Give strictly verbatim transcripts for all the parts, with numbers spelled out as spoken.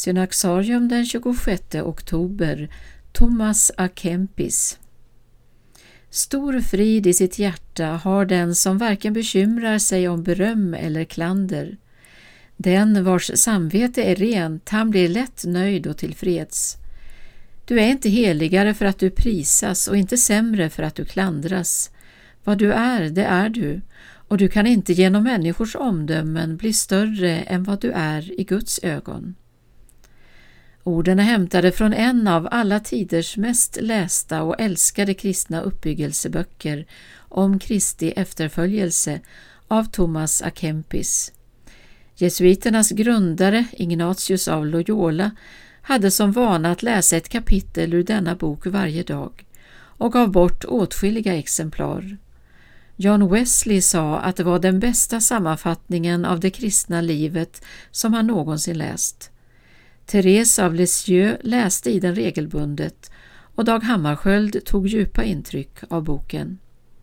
Synaxarium den tjugosjätte oktober. Thomas à Kempis. Stor frid i sitt hjärta har den som varken bekymrar sig om beröm eller klander. Den vars samvete är rent, han blir lätt nöjd och tillfreds. Du är inte heligare för att du prisas och inte sämre för att du klandras. Vad du är, det är du, och du kan inte genom människors omdömen bli större än vad du är i Guds ögon. Orden är hämtade från en av alla tiders mest lästa och älskade kristna uppbyggelseböcker om Kristi efterföljelse av Thomas à Kempis. Jesuiternas grundare Ignatius av Loyola hade som vana att läsa ett kapitel ur denna bok varje dag och gav bort åtskilliga exemplar. John Wesley sa att det var den bästa sammanfattningen av det kristna livet som han någonsin läst. Therese av Lisieux läste i den regelbundet och Dag Hammarskjöld tog djupa intryck av boken.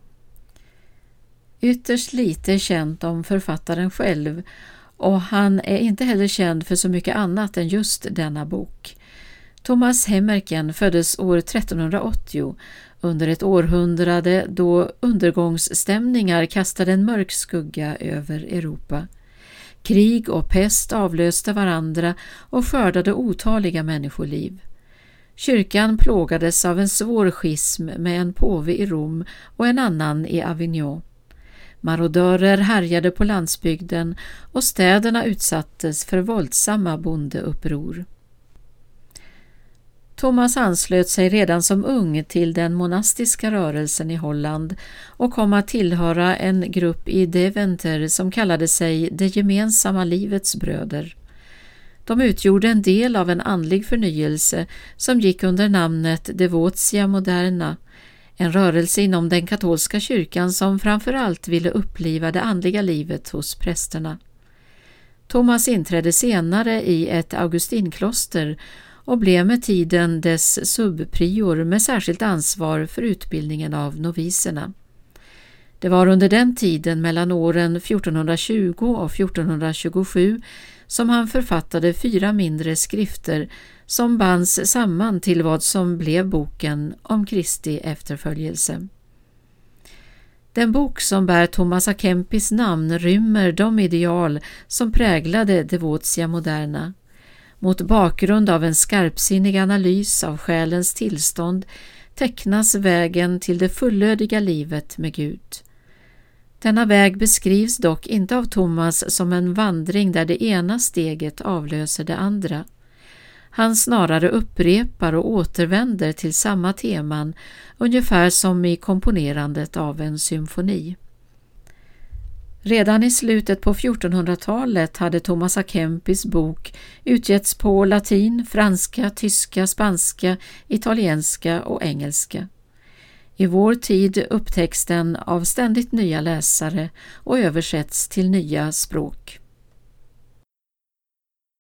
Ytterst lite är känt om författaren själv, och han är inte heller känd för så mycket annat än just denna bok. Thomas Hemmerken föddes år trettonhundraåttio under ett århundrade då undergångsstämningar kastade en mörk skugga över Europa. Krig och pest avlöste varandra och skördade otaliga människoliv. Kyrkan plågades av en svår schism med en påve i Rom och en annan i Avignon. Marodörer härjade på landsbygden och städerna utsattes för våldsamma bondeuppror. Thomas anslöt sig redan som ung till den monastiska rörelsen i Holland och kom att tillhöra en grupp i Deventer som kallade sig Det gemensamma livets bröder. De utgjorde en del av en andlig förnyelse som gick under namnet Devotia Moderna, en rörelse inom den katolska kyrkan som framförallt ville uppliva det andliga livet hos prästerna. Thomas inträdde senare i ett augustinkloster och blev med tiden dess subprior med särskilt ansvar för utbildningen av noviserna. Det var under den tiden mellan åren fjortonhundratjugo och fjortonhundratjugosju som han författade fyra mindre skrifter som bands samman till vad som blev boken om Kristi efterföljelse. Den bok som bär Thomas à Kempis namn rymmer de ideal som präglade Devotia Moderna. Mot bakgrund av en skarpsinnig analys av själens tillstånd tecknas vägen till det fullödiga livet med Gud. Denna väg beskrivs dock inte av Thomas som en vandring där det ena steget avlöser det andra. Han snarare upprepar och återvänder till samma teman, ungefär som i komponerandet av en symfoni. Redan i slutet på fjortonhundratalet hade Thomas à Kempis bok utgetts på latin, franska, tyska, spanska, italienska och engelska. I vår tid upptäcks den av ständigt nya läsare och översätts till nya språk.